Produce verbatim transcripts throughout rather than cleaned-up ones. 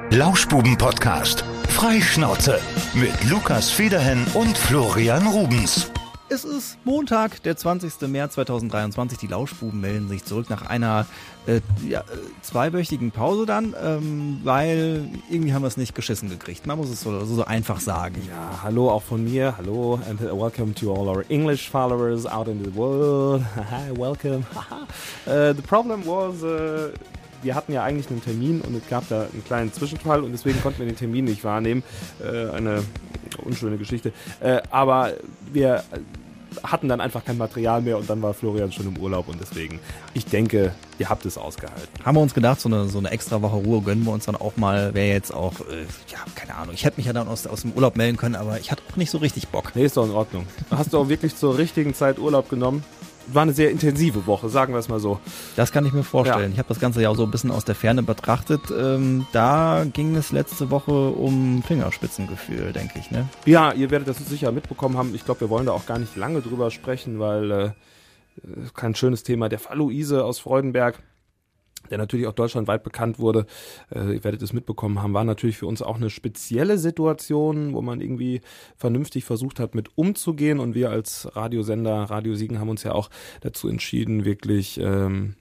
Lauschbuben-Podcast. Freischnauze mit Lukas Federhen und Florian Rubens. Es ist Montag, der zwanzigster März zweitausenddreiundzwanzig. Die Lauschbuben melden sich zurück nach einer äh, ja, zweiwöchigen Pause dann, ähm, weil irgendwie haben wir es nicht geschissen gekriegt. Man muss es so, so einfach sagen. Ja, hallo auch von mir. Hallo and welcome to all our English followers out in the world. Hi, welcome. uh, the problem was... Uh Wir hatten ja eigentlich einen Termin und es gab da einen kleinen Zwischenfall und deswegen konnten wir den Termin nicht wahrnehmen. Äh, eine unschöne Geschichte. Äh, aber wir hatten dann einfach kein Material mehr und dann war Florian schon im Urlaub und deswegen, ich denke, ihr habt es ausgehalten. Haben wir uns gedacht, so eine, so eine extra Woche Ruhe gönnen wir uns dann auch mal. Wäre jetzt auch, äh, ja, keine Ahnung. Ich hätte mich ja dann aus, aus dem Urlaub melden können, aber ich hatte auch nicht so richtig Bock. Nee, ist doch in Ordnung. Hast du auch wirklich zur richtigen Zeit Urlaub genommen? War eine sehr intensive Woche, sagen wir es mal so. Das kann ich mir vorstellen. Ja. Ich habe das Ganze ja auch so ein bisschen aus der Ferne betrachtet. Ähm, da ging es letzte Woche um Fingerspitzengefühl, denke ich, ne? Ja, ihr werdet das sicher mitbekommen haben. Ich glaube, wir wollen da auch gar nicht lange drüber sprechen, weil äh, kein schönes Thema. Der Fall Luise aus Freudenberg, der natürlich auch deutschlandweit bekannt wurde, äh, ihr werdet es mitbekommen haben, war natürlich für uns auch eine spezielle Situation, wo man irgendwie vernünftig versucht hat, mit umzugehen. Und wir als Radiosender, Radio Siegen, haben uns ja auch dazu entschieden, wirklich ähm,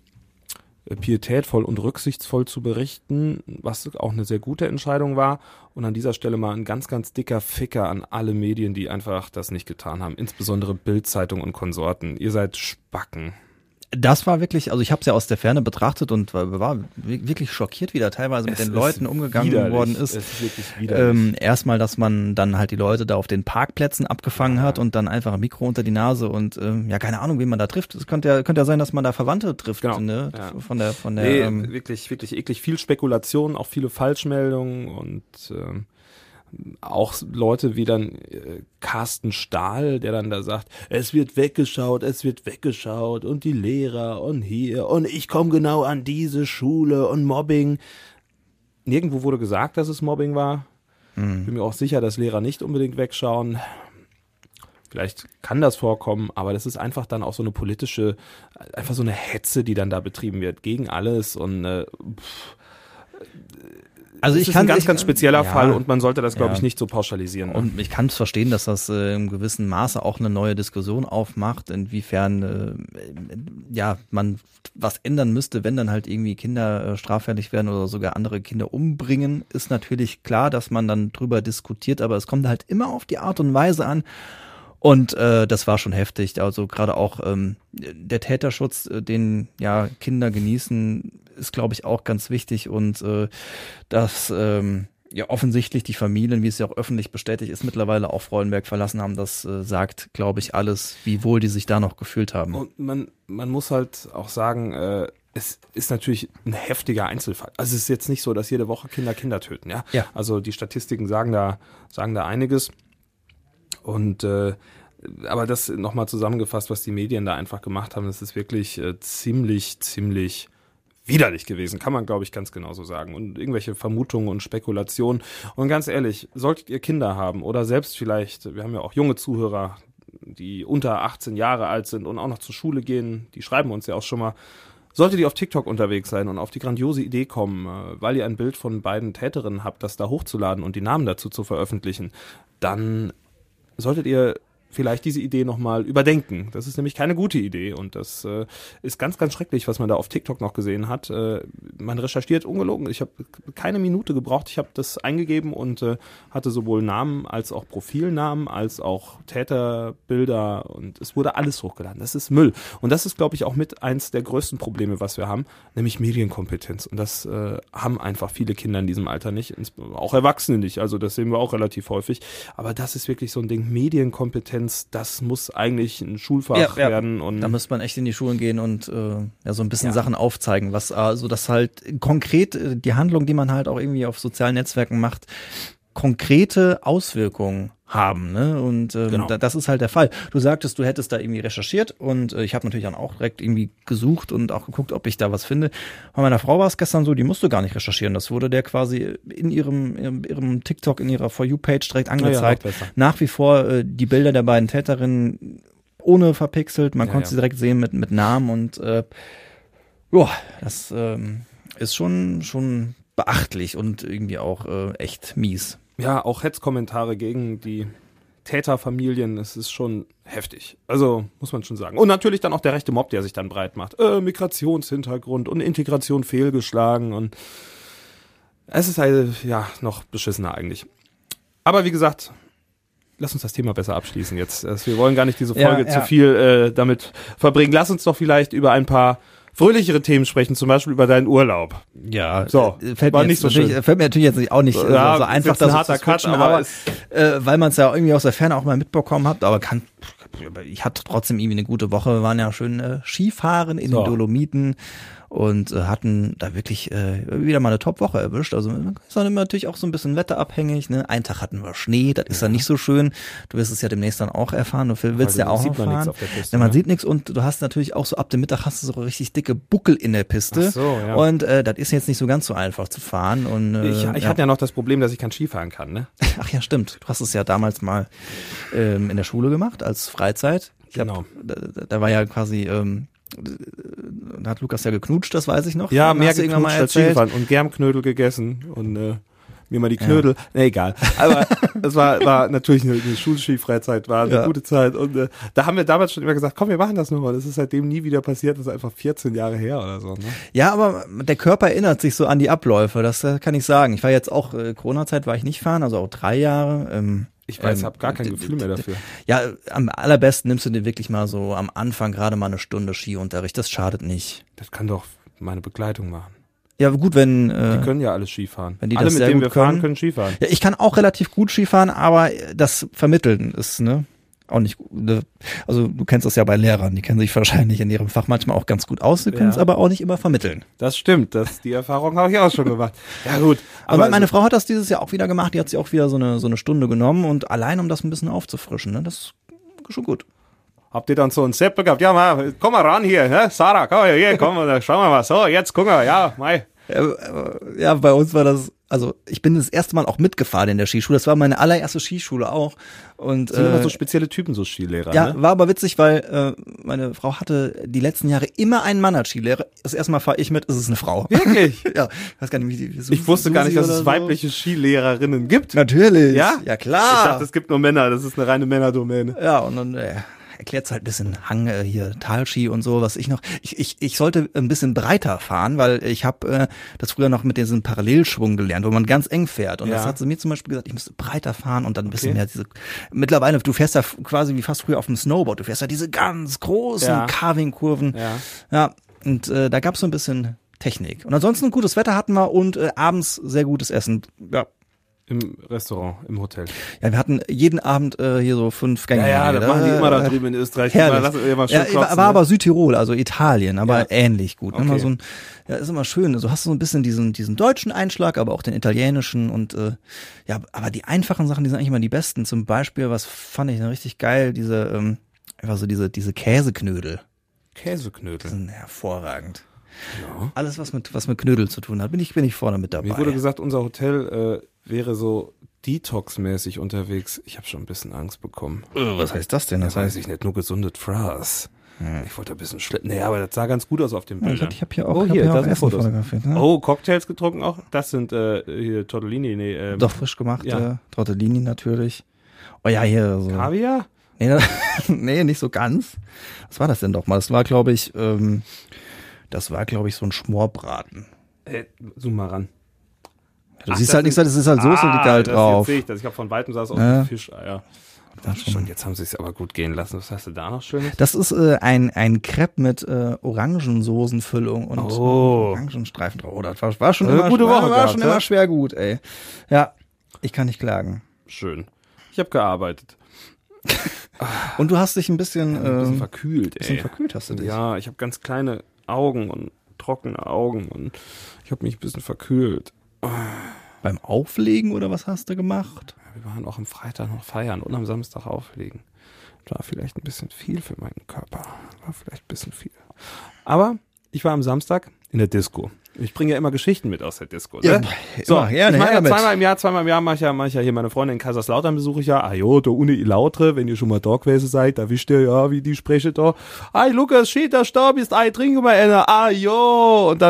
pietätvoll und rücksichtsvoll zu berichten, was auch eine sehr gute Entscheidung war. Und an dieser Stelle mal ein ganz, ganz dicker Ficker an alle Medien, die einfach das nicht getan haben. Insbesondere Bild-Zeitung und Konsorten. Ihr seid Spacken. Das war wirklich, also ich habe es ja aus der Ferne betrachtet und war, war wirklich schockiert, wie da teilweise mit es den Leuten umgegangen widerlich. worden ist. Es ist wirklich widerlich. Ähm, erstmal, dass man dann halt die Leute da auf den Parkplätzen abgefangen ja. hat und dann einfach ein Mikro unter die Nase und ähm, ja, keine Ahnung, wen man da trifft. Es könnte ja, könnte ja sein, dass man da Verwandte trifft, genau. ne? Ja. Von der, von der. Nee, ähm, wirklich, wirklich eklig. Viel Spekulation, auch viele Falschmeldungen und ähm, auch Leute wie dann äh, Carsten Stahl, der dann da sagt, es wird weggeschaut, es wird weggeschaut und die Lehrer und hier und ich komme genau an diese Schule und Mobbing. Nirgendwo wurde gesagt, dass es Mobbing war. Mhm. Bin mir auch sicher, dass Lehrer nicht unbedingt wegschauen. Vielleicht kann das vorkommen, aber das ist einfach dann auch so eine politische, einfach so eine Hetze, die dann da betrieben wird gegen alles und äh, pff, Also das ich ist kann, ein ganz, ich, ganz spezieller ja, Fall und man sollte das, glaube ja. ich, nicht so pauschalisieren. Ne? Und ich kann es verstehen, dass das äh, im gewissen Maße auch eine neue Diskussion aufmacht, inwiefern äh, ja man was ändern müsste, wenn dann halt irgendwie Kinder äh, straffällig werden oder sogar andere Kinder umbringen. Ist natürlich klar, dass man dann drüber diskutiert, aber es kommt halt immer auf die Art und Weise an. Und äh, das war schon heftig. Also gerade auch ähm, der Täterschutz, äh, den ja Kinder genießen, ist, glaube ich, auch ganz wichtig. Und äh, dass ähm, ja offensichtlich die Familien, wie es ja auch öffentlich bestätigt ist, mittlerweile auch Freudenberg verlassen haben, das äh, sagt, glaube ich, alles, wie wohl die sich da noch gefühlt haben. Und man, man muss halt auch sagen, äh, es ist natürlich ein heftiger Einzelfall. Also es ist jetzt nicht so, dass jede Woche Kinder Kinder töten. Ja. Ja. Also die Statistiken sagen da, sagen da einiges. Und äh, aber das nochmal zusammengefasst, was die Medien da einfach gemacht haben, das ist wirklich äh, ziemlich, ziemlich widerlich gewesen, kann man, glaube ich, ganz genauso sagen. Und irgendwelche Vermutungen und Spekulationen. Und ganz ehrlich, solltet ihr Kinder haben oder selbst vielleicht, wir haben ja auch junge Zuhörer, die unter achtzehn Jahre alt sind und auch noch zur Schule gehen, die schreiben uns ja auch schon mal, solltet ihr auf TikTok unterwegs sein und auf die grandiose Idee kommen, weil ihr ein Bild von beiden Täterinnen habt, das da hochzuladen und die Namen dazu zu veröffentlichen, dann solltet ihr vielleicht diese Idee nochmal überdenken. Das ist nämlich keine gute Idee und das äh, ist ganz, ganz schrecklich, was man da auf TikTok noch gesehen hat. Äh, man recherchiert ungelogen. Ich habe keine Minute gebraucht. Ich habe das eingegeben und äh, hatte sowohl Namen als auch Profilnamen, als auch Täterbilder und es wurde alles hochgeladen. Das ist Müll. Und das ist, glaube ich, auch mit eins der größten Probleme, was wir haben, nämlich Medienkompetenz. Und das äh, haben einfach viele Kinder in diesem Alter nicht, auch Erwachsene nicht. Also das sehen wir auch relativ häufig. Aber das ist wirklich so ein Ding, Medienkompetenz, das muss eigentlich ein Schulfach ja, ja. werden. Und da müsste man echt in die Schulen gehen und äh, ja so ein bisschen ja. Sachen aufzeigen, was also das halt konkret äh, die Handlung, die man halt auch irgendwie auf sozialen Netzwerken macht, konkrete Auswirkungen haben, ne? Und ähm, genau. da, das ist halt der Fall. Du sagtest, du hättest da irgendwie recherchiert und äh, ich habe natürlich dann auch direkt irgendwie gesucht und auch geguckt, ob ich da was finde. Bei meiner Frau war es gestern so, die musste gar nicht recherchieren. Das wurde der quasi in ihrem ihrem, ihrem TikTok, in ihrer For You Page direkt angezeigt. Ja, ja, Nach wie vor äh, die Bilder der beiden Täterinnen ohne verpixelt. Man ja, konnte ja. sie direkt sehen mit mit Namen und äh, ja, das ähm, ist schon schon beachtlich und irgendwie auch äh, echt mies. Ja, auch Hetzkommentare gegen die Täterfamilien, es ist schon heftig. Also, muss man schon sagen. Und natürlich dann auch der rechte Mob, der sich dann breit macht. Äh, Migrationshintergrund und Integration fehlgeschlagen und es ist halt, ja, noch beschissener eigentlich. Aber wie gesagt, lass uns das Thema besser abschließen jetzt. Wir wollen gar nicht diese Folge ja, ja. zu viel äh, damit verbringen. Lass uns doch vielleicht über ein paar fröhlichere Themen sprechen, zum Beispiel über deinen Urlaub. Ja, so, fällt war mir, nicht jetzt so natürlich, schön. fällt mir natürlich jetzt auch nicht äh, Ja, so einfach, ist jetzt ein das harter zu Cut, switchen, aber aber es- äh, weil man es ja irgendwie aus der Ferne auch mal mitbekommen hat, aber kann, ich hatte trotzdem irgendwie eine gute Woche. Wir waren ja schön äh, Skifahren in So. den Dolomiten und äh, hatten da wirklich äh, wieder mal eine Top-Woche erwischt. Also ist dann immer natürlich auch so ein bisschen wetterabhängig. Ne? Einen Tag hatten wir Schnee, das ist dann nicht so schön. Du wirst es ja demnächst dann auch erfahren. Du willst Weil ja auch sieht noch man nichts fahren. auf der Piste, Ja, man ne? sieht nichts und du hast natürlich auch so ab dem Mittag hast du so richtig dicke Buckel in der Piste. Ach so, ja. Und äh, das ist jetzt nicht so ganz so einfach zu fahren. Und, äh, Ich, ich ja. hatte ja noch das Problem, dass ich kein Skifahren kann, ne? Ach ja, stimmt. Du hast es ja damals mal ähm, in der Schule gemacht als Freizeit. Ich Genau. Hab, da, da war ja quasi, ähm, da hat Lukas ja geknutscht, das weiß ich noch. Ja, Dann mehr hast du irgendwann geknutscht als Skifahren und Germknödel gegessen und äh, mir mal die Knödel. Nee, egal. Aber es war, war natürlich eine, eine Schulski-Freizeit, war eine Ja. gute Zeit. Und äh, da haben wir damals schon immer gesagt, komm, wir machen das nur mal. Das ist seitdem nie wieder passiert. Das ist einfach vierzehn Jahre her oder so. Ne? Ja, aber der Körper erinnert sich so an die Abläufe, das äh, kann ich sagen. Ich war jetzt auch, äh, Corona-Zeit war ich nicht fahren, also auch drei Jahre. Ähm, Ich weiß, ähm, habe gar kein d- Gefühl d- mehr d- dafür. Ja, am allerbesten nimmst du dir wirklich mal so am Anfang gerade mal eine Stunde Skiunterricht, das schadet nicht. Das kann doch meine Begleitung machen. Ja, gut, wenn... Äh, Die können ja alle Skifahren. wenn die alle, das mit sehr denen gut wir fahren, können. können Skifahren. Ja, ich kann auch relativ gut Skifahren, aber das Vermitteln ist, ne, auch nicht gut. Ne? Also du kennst das ja bei Lehrern, die kennen sich wahrscheinlich in ihrem Fach manchmal auch ganz gut aus, sie können es Ja. aber auch nicht immer vermitteln. Das stimmt. Das, die Erfahrung habe ich auch schon gemacht. Ja gut. Aber Aber meine also, Frau hat das dieses Jahr auch wieder gemacht, die hat sich auch wieder so eine so eine Stunde genommen und allein um das ein bisschen aufzufrischen, ne, das ist schon gut. habt ihr dann so ein Seppel gehabt? Ja, mal, komm mal ran hier. Ne? Sarah, komm mal hier, komm mal, schauen wir mal. So, jetzt gucken wir. Ja, mei. Ja, äh, ja, bei uns war das, also ich bin das erste Mal auch mitgefahren in der Skischule, das war meine allererste Skischule auch. Und Das sind immer äh, so spezielle Typen, so Skilehrer. ja, ne? war aber witzig, weil äh, meine Frau hatte die letzten Jahre immer einen Mann als Skilehrer. Das erste Mal fahre ich mit, ist es eine Frau. Wirklich? Ja, ich weiß gar nicht, wie die. Susi Ich wusste gar nicht, dass oder es so. weibliche Skilehrerinnen gibt. Natürlich. Ja? Ja, Ich klar. dachte, es gibt nur Männer. Das ist eine reine Männerdomäne. Ja, und dann äh, erklärt es halt ein bisschen Hang äh, hier, Talski und so, was ich noch. Ich, ich, ich sollte ein bisschen breiter fahren, weil ich habe äh, das früher noch mit diesem Parallelschwung gelernt, wo man ganz eng fährt. Und Ja. das hat sie mir zum Beispiel gesagt, ich müsste breiter fahren und dann ein bisschen Okay. mehr diese. Mittlerweile, du fährst ja quasi wie fast früher auf dem Snowboard, du fährst ja diese ganz großen Ja. Carving-Kurven. Ja. Ja, und äh, da gab's so ein bisschen Technik. Und ansonsten gutes Wetter hatten wir und äh, abends sehr gutes Essen. Ja. Im Restaurant, im Hotel. Ja, wir hatten jeden Abend äh, hier so fünf Gänge. Ja, ja, das machen die immer da drüben in Österreich. Immer, Herrlich. lass, immer schön Ja, klotzen, war ne? aber Südtirol, also Italien, aber Ja. ähnlich gut. Ne? Okay. Mal so ein, ja, ist immer schön. Also hast du so ein bisschen diesen diesen deutschen Einschlag, aber auch den italienischen und äh, ja, aber die einfachen Sachen, die sind eigentlich immer die besten. Zum Beispiel, was fand ich richtig geil, diese ähm, einfach so diese diese Käseknödel, die Käseknödel. sind hervorragend. Ja. Alles was mit was mit Knödel zu tun hat, bin ich bin ich vorne mit dabei. Mir wurde gesagt, unser Hotel äh, wäre so Detox-mäßig unterwegs. Ich habe schon ein bisschen Angst bekommen. Äh, was heißt das denn? Das Das weiß heißt, ich nicht, nur gesunde Fraß. Hm. Ich wollte ein bisschen schleppen. Nee, aber das sah ganz gut aus auf dem ja, Bild. ich, ich habe hier auch, Oh, hab hier, hier da auch sind Essen Fotos. fotografiert. Ne? Oh, Cocktails getrunken auch? Das sind äh, hier Tortellini, nee, ähm, Doch frisch gemacht, Ja. äh, Tortellini natürlich. Oh ja, hier so. Kaviar? Nee, da- nee, nicht so ganz. Was war das denn doch mal? Das war, glaube ich, ähm, das war, glaube ich, so ein Schmorbraten. Äh, zoom mal ran. Du Ach, siehst das halt nicht so, sind- das ist halt Soße, liegt da halt das, drauf. Jetzt sehe ich das. Ich habe von Weitem saß aus Ja. dem Fischeier. Das schon. Schon, jetzt haben sie es aber gut gehen lassen. Was hast du da noch Schönes? Das ist äh, ein ein Crepe mit äh, Orangensoßenfüllung und Oh. Orangenstreifen drauf. Oh, das war, war schon Eine immer, gute war, Woche war gehabt, schon ja? immer schwer gut, ey. Ja, ich kann nicht klagen. Schön. Ich habe gearbeitet. Und du hast dich ein bisschen, Ein bisschen ähm, verkühlt, bisschen ey. verkühlt hast du dich. Ja, ich habe ganz kleine Augen und trockene Augen und ich habe mich ein bisschen verkühlt. Beim Auflegen oder was hast du gemacht? Wir waren auch am Freitag noch feiern und am Samstag auflegen. Das war vielleicht ein bisschen viel für meinen Körper. War vielleicht ein bisschen viel. Aber ich war am Samstag in der Disco. Ich bringe ja immer Geschichten mit aus der Disco. Ne? Ja, so, immer, gerne, ich mache her ja damit. zweimal im Jahr, zweimal im Jahr mache ich ja, mach ich ja hier meine Freundin in Kaiserslautern besuche ich ja. Ah jo, da ohne Lautre, wenn ihr schon mal da gewesen seid, da wisst ihr ja, wie die sprechen da. Ay, Lukas, schön, dass du da bist. Ay, trinke mal einer. Ah jo. Und dann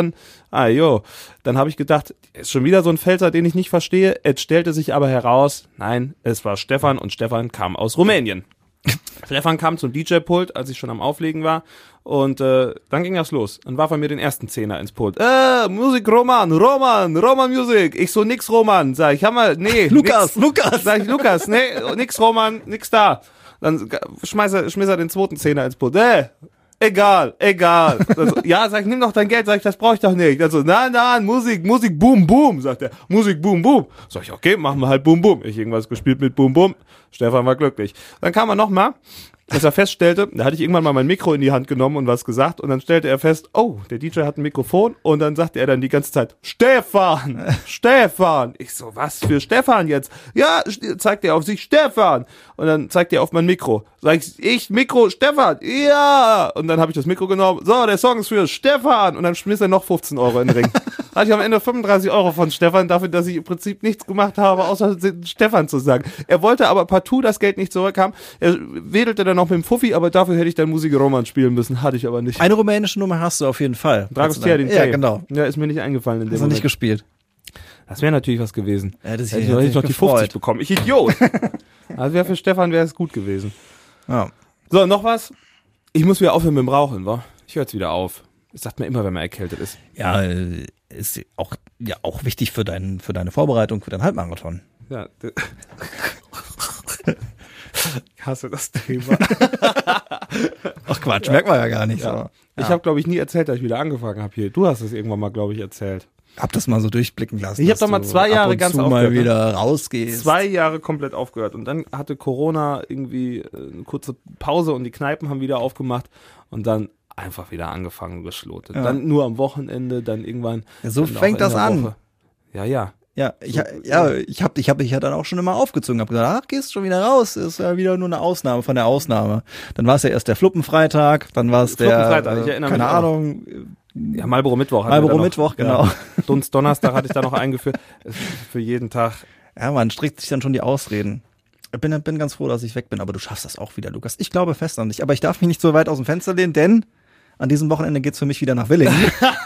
Ah, jo. Dann habe ich gedacht, ist schon wieder so ein Pfälzer, den ich nicht verstehe. Es stellte sich aber heraus, nein, es war Stefan und Stefan kam aus Rumänien. Stefan kam zum D J-Pult, als ich schon am Auflegen war. Und äh, dann ging das los. Dann warf er mir den ersten Zehner ins Pult. Äh, Musik Roman, Roman, Roman Music. Ich so, nix Roman. Sag ich, hammer, nee. Lukas, nix. Lukas. Sag ich, Lukas, nee, nix Roman, nix da. Dann schmeiß er, schmiss er den zweiten Zehner ins Pult. Äh, egal, egal. Also, ja, sag ich, nimm doch dein Geld. Sag ich, das brauche ich doch nicht. Also, nein, nein, Musik, Musik, boom, boom, sagt er. Musik, boom, boom. Sag ich, okay, machen wir halt boom, boom. Ich irgendwas gespielt mit boom, boom. Stefan war glücklich. Dann kam er nochmal, als er feststellte, da hatte ich irgendwann mal mein Mikro in die Hand genommen und was gesagt und dann stellte er fest, oh, der D J hat ein Mikrofon und dann sagte er dann die ganze Zeit, Stefan, Stefan. Ich so, was für Stefan jetzt? Ja, zeigt er auf sich, Stefan. Und dann zeigt er auf mein Mikro. Sag ich, ich, Mikro, Stefan, ja. Und dann habe ich das Mikro genommen, so, der Song ist für Stefan. Und dann schmiss er noch fünfzehn Euro in den Ring. Hatte ich am Ende fünfunddreißig Euro von Stefan dafür, dass ich im Prinzip nichts gemacht habe, außer Stefan zu sagen. Er wollte aber partout das Geld nicht zurückhaben. Er wedelte dann noch mit dem Fuffi, aber dafür hätte ich dann Musik Roman spielen müssen. Hatte ich aber nicht. Eine rumänische Nummer hast du auf jeden Fall. Dragostea den Ja, genau. Ja, ist mir nicht eingefallen in dem Hast du Moment. nicht gespielt. Das wäre natürlich was gewesen. Ja, das hätte ich noch, hätte ich noch die fünfzig bekommen. Ich Idiot. Also wäre für Stefan wäre es gut gewesen. Ja. So, noch was? Ich muss wieder aufhören mit dem Rauchen, wa? Ich höre jetzt wieder auf. Das sagt man immer, wenn man erkältet ist. Ja, ist auch, ja, auch wichtig für, dein, für deine Vorbereitung, für deinen Halbmarathon. Ja. Ich hasse das Thema. Ach Quatsch, ja. Merkt man ja gar nicht. Ja. So. Ja. Ich habe, glaube ich, nie erzählt, dass ich wieder angefangen habe hier. Du hast es irgendwann mal, glaube ich, erzählt. Hab das mal so durchblicken lassen. Ich habe doch mal zwei Jahre ganz zu aufgehört. mal wieder rausgehst. Zwei Jahre komplett aufgehört. Und dann hatte Corona irgendwie eine kurze Pause und die Kneipen haben wieder aufgemacht. Und dann einfach wieder angefangen und geschlotet. Ja. Dann nur am Wochenende, dann irgendwann. Ja, so fängt das an. Woche. Ja, ja. Ja, ich, so, ja, ich habe ich hab, ich hab dann auch schon immer aufgezogen, habe gesagt, ach, gehst schon wieder raus, ist ja wieder nur eine Ausnahme von der Ausnahme. Dann war es ja erst der Fluppenfreitag, dann war es der, Fluppenfreitag, ich erinnere keine mich Ahnung. Ja, Marlboro Mittwoch. Marlboro Mittwoch, genau. Ja. Dunst Donnerstag hatte ich da noch eingeführt, für jeden Tag. Ja, man strickt sich dann schon die Ausreden. Ich bin, bin ganz froh, dass ich weg bin, aber du schaffst das auch wieder, Lukas. Ich glaube fest an dich, aber ich darf mich nicht so weit aus dem Fenster lehnen, denn an diesem Wochenende geht's für mich wieder nach Willingen.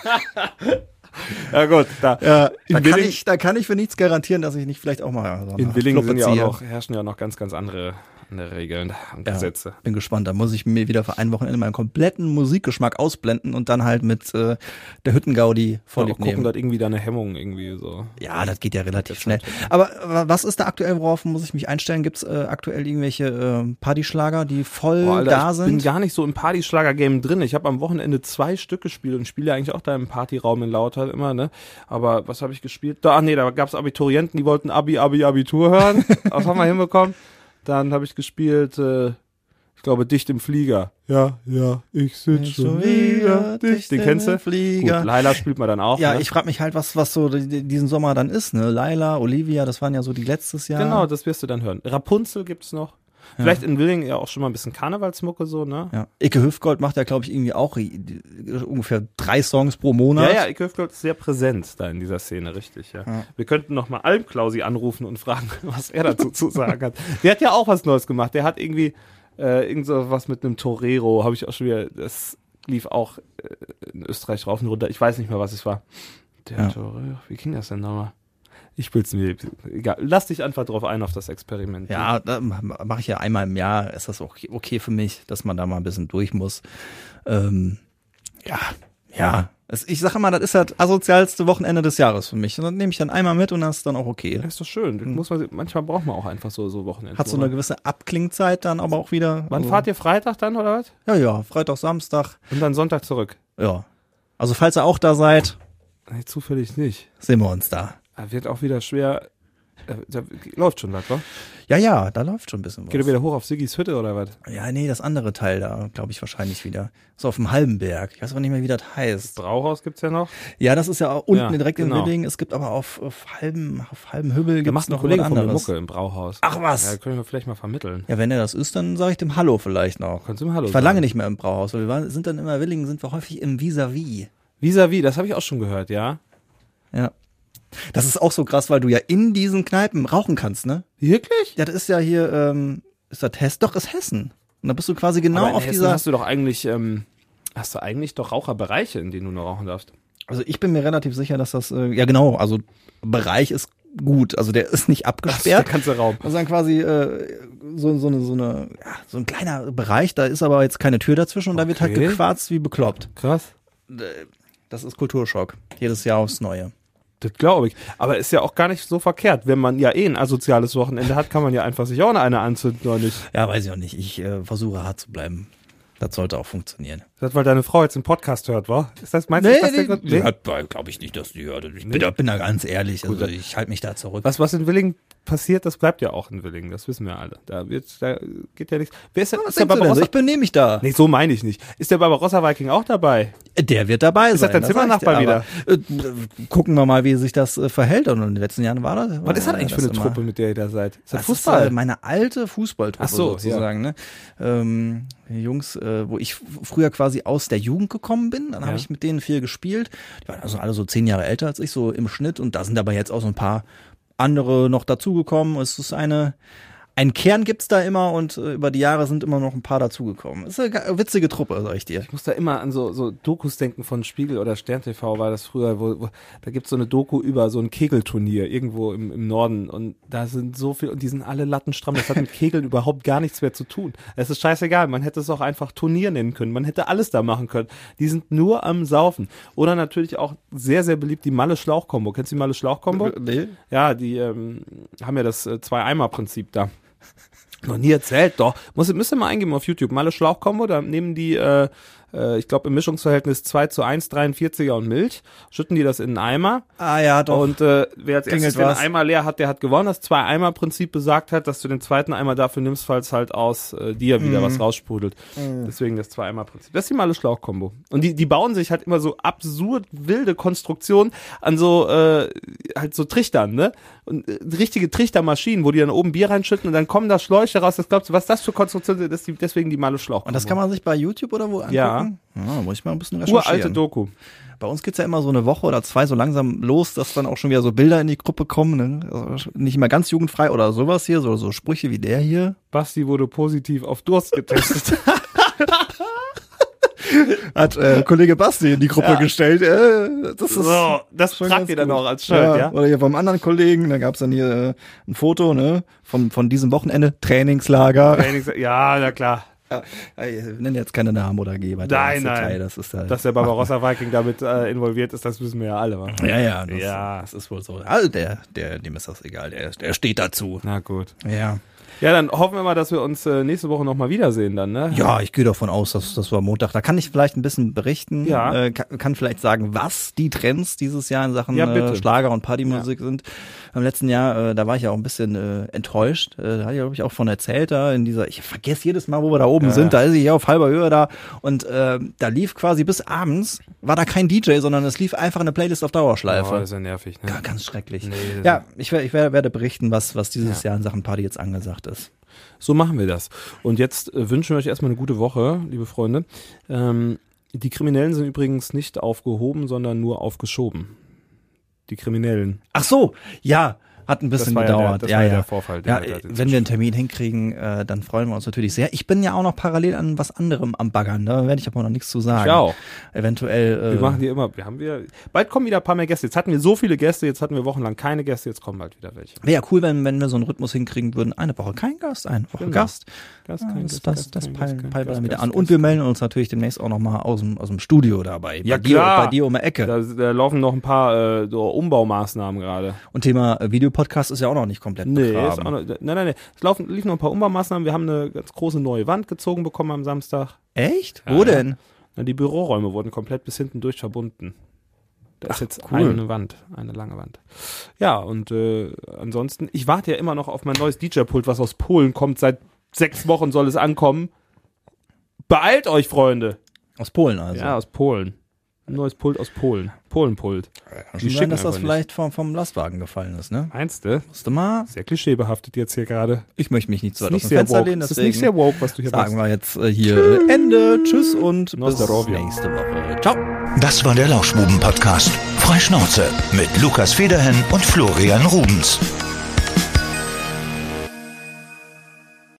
Ja gut, da, ja, da, kann ich, da kann ich für nichts garantieren, dass ich nicht vielleicht auch mal so in Willingen sind ja auch noch, herrschen ja noch ganz, ganz andere, andere Regeln und ja, Gesetze. Bin gespannt, da muss ich mir wieder für ein Wochenende meinen kompletten Musikgeschmack ausblenden und dann halt mit äh, der Hüttengaudi vorlieb nehmen. Gucken, dass irgendwie da eine Hemmung irgendwie so. Ja, das geht ja relativ schnell. Aber was ist da aktuell, worauf muss ich mich einstellen? Gibt's äh, aktuell irgendwelche äh, Partyschlager, die voll Boah, Alter, da ich sind? Ich bin gar nicht so im Partyschlager-Game drin. Ich habe am Wochenende zwei Stück gespielt und spiele eigentlich auch da im Partyraum in Lauter immer, ne? Aber was habe ich gespielt? Da, ach nee, da gab's Abiturienten, die wollten Abi, Abi, Abitur hören. Das haben wir hinbekommen. Dann habe ich gespielt, äh, ich glaube, Dicht im Flieger. Ja, ja, ich sitze schon wieder dicht. Den kennst du? Flieger. Gut, Laila spielt man dann auch. Ja, ne? ich frage mich halt, was was so diesen Sommer dann ist, ne? Laila, Olivia, das waren ja so die letztes Jahr. Genau, das wirst du dann hören. Rapunzel gibt's noch. Ja. Vielleicht in Willingen ja auch schon mal ein bisschen Karnevalsmucke so, ne? Ja. Icke Hüftgold macht ja, glaube ich, irgendwie auch ungefähr drei Songs pro Monat. Ja, ja, Icke Hüftgold ist sehr präsent da in dieser Szene, richtig, ja. ja. Wir könnten noch mal Almklausi anrufen und fragen, was er dazu zu sagen hat. Der hat ja auch was Neues gemacht. Der hat irgendwie äh, irgend so was mit einem Torero, habe ich auch schon wieder, das lief auch äh, in Österreich rauf und runter. Ich weiß nicht mehr, was es war. Der ja. Torero, wie ging das denn nochmal? Ich will's mir, egal. Lass dich einfach drauf ein, auf das Experiment. Ja, da mache ich ja einmal im Jahr, ist das auch okay für mich, dass man da mal ein bisschen durch muss. Ähm, ja, ja. Ich sage immer, das ist das asozialste Wochenende des Jahres für mich. Und dann nehme ich dann einmal mit und das ist dann auch okay. Das ist doch schön. Das muss man, manchmal braucht man auch einfach so, so Wochenende. Hat so eine gewisse Abklingzeit dann aber auch wieder. Wann also, fahrt ihr Freitag dann, oder was? Ja, ja, Freitag, Samstag. Und dann Sonntag zurück? Ja. Also falls ihr auch da seid. Nee, zufällig nicht. Sehen wir uns da. Wird auch wieder schwer. Da läuft schon was, wa? Ja, ja, da läuft schon ein bisschen was. Geht er wieder hoch auf Siggis Hütte oder was? Ja, nee, das andere Teil da, glaube ich, wahrscheinlich wieder. So auf dem Halbenberg. Ich weiß aber nicht mehr, wie das heißt. Das Brauhaus gibt's ja noch. Ja, das ist ja auch unten ja, direkt genau. in Willingen. Es gibt aber auf, auf halben, auf halben Hübbel da gibt's noch noch Kollegen was von anderes. Mucke im Brauhaus. Ach was? Ja, können wir vielleicht mal vermitteln. Ja, wenn er das ist, dann sage ich dem Hallo vielleicht noch. Kannst du ihm Hallo Ich war sagen. lange nicht mehr im Brauhaus, weil wir waren, sind dann immer Willingen, sind wir häufig im Vis-à-vis. Vis-à-vis, das habe ich auch schon gehört, ja. Ja. Das ist auch so krass, weil du ja in diesen Kneipen rauchen kannst, ne? Wirklich? Ja, das ist ja hier, ähm, ist das Hessen? Doch, ist Hessen. Und da bist du quasi genau Aber in auf Hessen dieser... hast du doch eigentlich, ähm, hast du eigentlich doch Raucherbereiche, in denen du nur rauchen darfst. Also ich bin mir relativ sicher, dass das, äh, ja genau, also Bereich ist gut, also der ist nicht abgesperrt. Der ganze Raum. Also dann quasi äh, so, so, eine, so, eine, ja, so ein kleiner Bereich, da ist aber jetzt keine Tür dazwischen und da wird halt Okay. gequarzt wie bekloppt. Krass. Das ist Kulturschock, jedes Jahr aufs Neue. Das glaube ich. Aber ist ja auch gar nicht so verkehrt. Wenn man ja eh ein asoziales Wochenende hat, kann man ja einfach sich auch eine anzünden, oder nicht? Ja, weiß ich auch nicht, ich äh, versuche hart zu bleiben. Das sollte auch funktionieren. Das, weil deine Frau jetzt einen Podcast hört, wa? Ist das, meinst du, Nee, ist das der nee, Grund? die hört, glaube ich nicht, dass die hört. Ich bin, da, bin da ganz ehrlich, also ich halte mich da zurück. Was, was in Willingen passiert, das bleibt ja auch in Willingen, das wissen wir alle. Da wird, da geht ja nichts. Wer ist denn, Was ist der denkst du denn so? Barbarossa? Ich benehme mich da. Nee, so meine ich nicht. Ist der Barbarossa Viking auch dabei? Der wird dabei Ist sein. das dein Zimmernachbar sag ich dir, wieder? aber, äh, gucken wir mal, wie sich das äh, verhält. Und in den letzten Jahren war das. Was ist das eigentlich für eine immer- Truppe, mit der ihr da seid? Ist das, Das Fußball? ist äh, meine alte Fußballtruppe Ach so, sozusagen. Ne? Ähm, die Jungs, äh, wo ich f- früher quasi aus der Jugend gekommen bin, dann Ja. habe ich mit denen viel gespielt. Die waren also alle so zehn Jahre älter als ich, so im Schnitt. Und da sind aber jetzt auch so ein paar andere noch dazugekommen. Es ist eine, ein Kern gibt's da immer und äh, über die Jahre sind immer noch ein paar dazugekommen. Es ist eine ga- witzige Truppe, sag ich dir. Ich muss da immer an so, so Dokus denken von Spiegel oder Stern T V, war das früher, wo, wo da gibt's so eine Doku über so ein Kegelturnier irgendwo im, im Norden und da sind so viel und die sind alle lattenstramm. Das hat mit Kegeln überhaupt gar nichts mehr zu tun. Es ist scheißegal, man hätte es auch einfach Turnier nennen können, man hätte alles da machen können. Die sind nur am Saufen. Oder natürlich auch sehr, sehr beliebt die Malle-Schlauch-Kombo. Kennst du die Malle-Schlauch-Kombo? Nee. Ja, die ähm, haben ja das äh, Zwei-Eimer-Prinzip da. Noch nie erzählt, doch. Muss, müsst ihr mal eingeben auf YouTube. Malle Schlauch-Kombo, da nehmen die, äh, äh, ich glaube im Mischungsverhältnis zwei zu eins, dreiundvierziger und Milch, schütten die das in einen Eimer. Ah ja, doch. Und äh, wer als Klingelt erstes den was. Eimer leer hat, der hat gewonnen. Das Zwei-Eimer-Prinzip besagt hat, dass du den zweiten Eimer dafür nimmst, falls halt aus äh, dir wieder Mhm. was raussprudelt. Deswegen das Zwei-Eimer-Prinzip. Das ist die Malle Schlauch-Kombo. Und die, die bauen sich halt immer so absurd wilde Konstruktionen an so äh, halt so Trichtern, ne? Und äh, richtige Trichtermaschinen, wo die dann oben Bier reinschütten und dann kommen da Schläuche raus. Das glaubst du, was das für Konstruktionen sind? Das ist die, deswegen die Malle Schlauch-Kombo. Und das kann man sich bei YouTube oder wo angucken? Ja. Ja, muss ich mal ein bisschen recherchieren. Uralte Doku. Bei uns geht's ja immer so eine Woche oder zwei so langsam los, dass dann auch schon wieder so Bilder in die Gruppe kommen. Ne? Also nicht immer ganz jugendfrei oder sowas hier, so, so Sprüche wie der hier. Basti wurde positiv auf Durst getestet. Hat äh, Kollege Basti in die Gruppe Ja. gestellt. Äh, das ist So, das schon tragt ganz ihr dann gut. auch als Schild, ja? Oder hier vom anderen Kollegen, da gab's dann hier äh, ein Foto ne, von, von diesem Wochenende, Trainingslager. Trainings- Ja, na klar. Ja, ich nenne jetzt keine Namen oder gehe bei Nein, der nein. Detail, das ist halt, Dass der Barbarossa Viking damit äh, involviert ist, das wissen wir ja alle. Wa? ja, ja, das, Ja. das ist wohl so. Also der, der, dem ist das egal, der, der steht dazu. Na gut. Ja. Ja, dann hoffen wir mal, dass wir uns äh, nächste Woche nochmal wiedersehen dann, ne? Ja, ich gehe davon aus, dass das war Montag. Da kann ich vielleicht ein bisschen berichten. Ja. Äh, kann, kann vielleicht sagen, was die Trends dieses Jahr in Sachen Ja, bitte. äh, Schlager und Partymusik sind. Im letzten Jahr, äh, da war ich ja auch ein bisschen äh, enttäuscht. Äh, da hatte ich, glaube ich, auch von erzählt da in dieser, ich vergesse jedes Mal, wo wir da oben Ja, sind. ja. Da ist sie hier auf halber Höhe da. Und äh, da lief quasi bis abends, war da kein D J, sondern es lief einfach eine Playlist auf Dauerschleife. Oh, das ist ja nervig, ne? Ga- Ganz schrecklich. Nee, das- ja, ich, wer- ich wer- werde berichten, was, was dieses Ja. Jahr in Sachen Party jetzt angesagt ist. So machen wir das. Und jetzt äh, wünschen wir euch erstmal eine gute Woche, liebe Freunde. Ähm, die Kriminellen sind übrigens nicht aufgehoben, sondern nur aufgeschoben. Die Kriminellen. Ach so, ja, hat ein bisschen war ja der- gedauert. das ja, war ja ja. der Vorfall, den Ja, wir da jetzt wenn wir einen Termin hinkriegen, äh, dann freuen wir uns natürlich sehr. Ich bin ja auch noch parallel an was anderem am Baggern, da werde ich aber noch nichts zu sagen. Ich auch. Eventuell. Äh, Wir machen die immer, wir haben wir, bald kommen wieder ein paar mehr Gäste. Jetzt hatten wir so viele Gäste, jetzt hatten wir wochenlang keine Gäste, jetzt kommen bald wieder welche. Wäre ja cool, wenn, wenn wir so einen Rhythmus hinkriegen würden. Eine Woche kein Gast, eine Woche Genau. Gast. Gast, Ja, kein das Gast, das, Gast, das kein peilen Gast, peilen wir Gast, wieder Gast, an. Gast. Und wir melden uns natürlich demnächst auch nochmal aus dem, aus dem Studio dabei. Ja, bei dir, klar. bei dir um die Ecke. Da, da laufen noch ein paar äh, so Umbaumaßnahmen gerade. Und Thema äh, Videopodcast ist ja auch noch nicht komplett Nee, ist begraben. auch noch, nein, nein, nein. Es laufen, liefen noch ein paar Umbaumaßnahmen. Wir haben eine ganz große neue Wand gezogen bekommen am Samstag. Echt? Ja, Wo ja. denn? Na, die Büroräume wurden komplett bis hinten durch verbunden. Da ist jetzt cool. eine Wand, eine lange Wand. Ja, und äh, ansonsten, ich warte ja immer noch auf mein neues D J-Pult, was aus Polen kommt. Seit sechs Wochen soll es ankommen. Beeilt euch, Freunde! Aus Polen also. Ja, aus Polen. Ein neues Pult aus Polen. Polenpult. Kann Die schon schicken sein, dass das einfach vielleicht vom, vom Lastwagen gefallen ist, ne? Meinst du? Musst du mal? Sehr klischeebehaftet jetzt hier gerade. Ich möchte mich nicht zu Ist weit aus nicht dem sehr Fenster woke. lehnen, Das deswegen ist nicht sehr woke, was du hier sagen machst. wir jetzt äh, hier äh, Ende. Tschüss und Na, bis Zdorowja. nächste Woche. Ciao. Das war der Lauschbuben-Podcast. Freischnauze mit Lukas Federhen und Florian Rubens.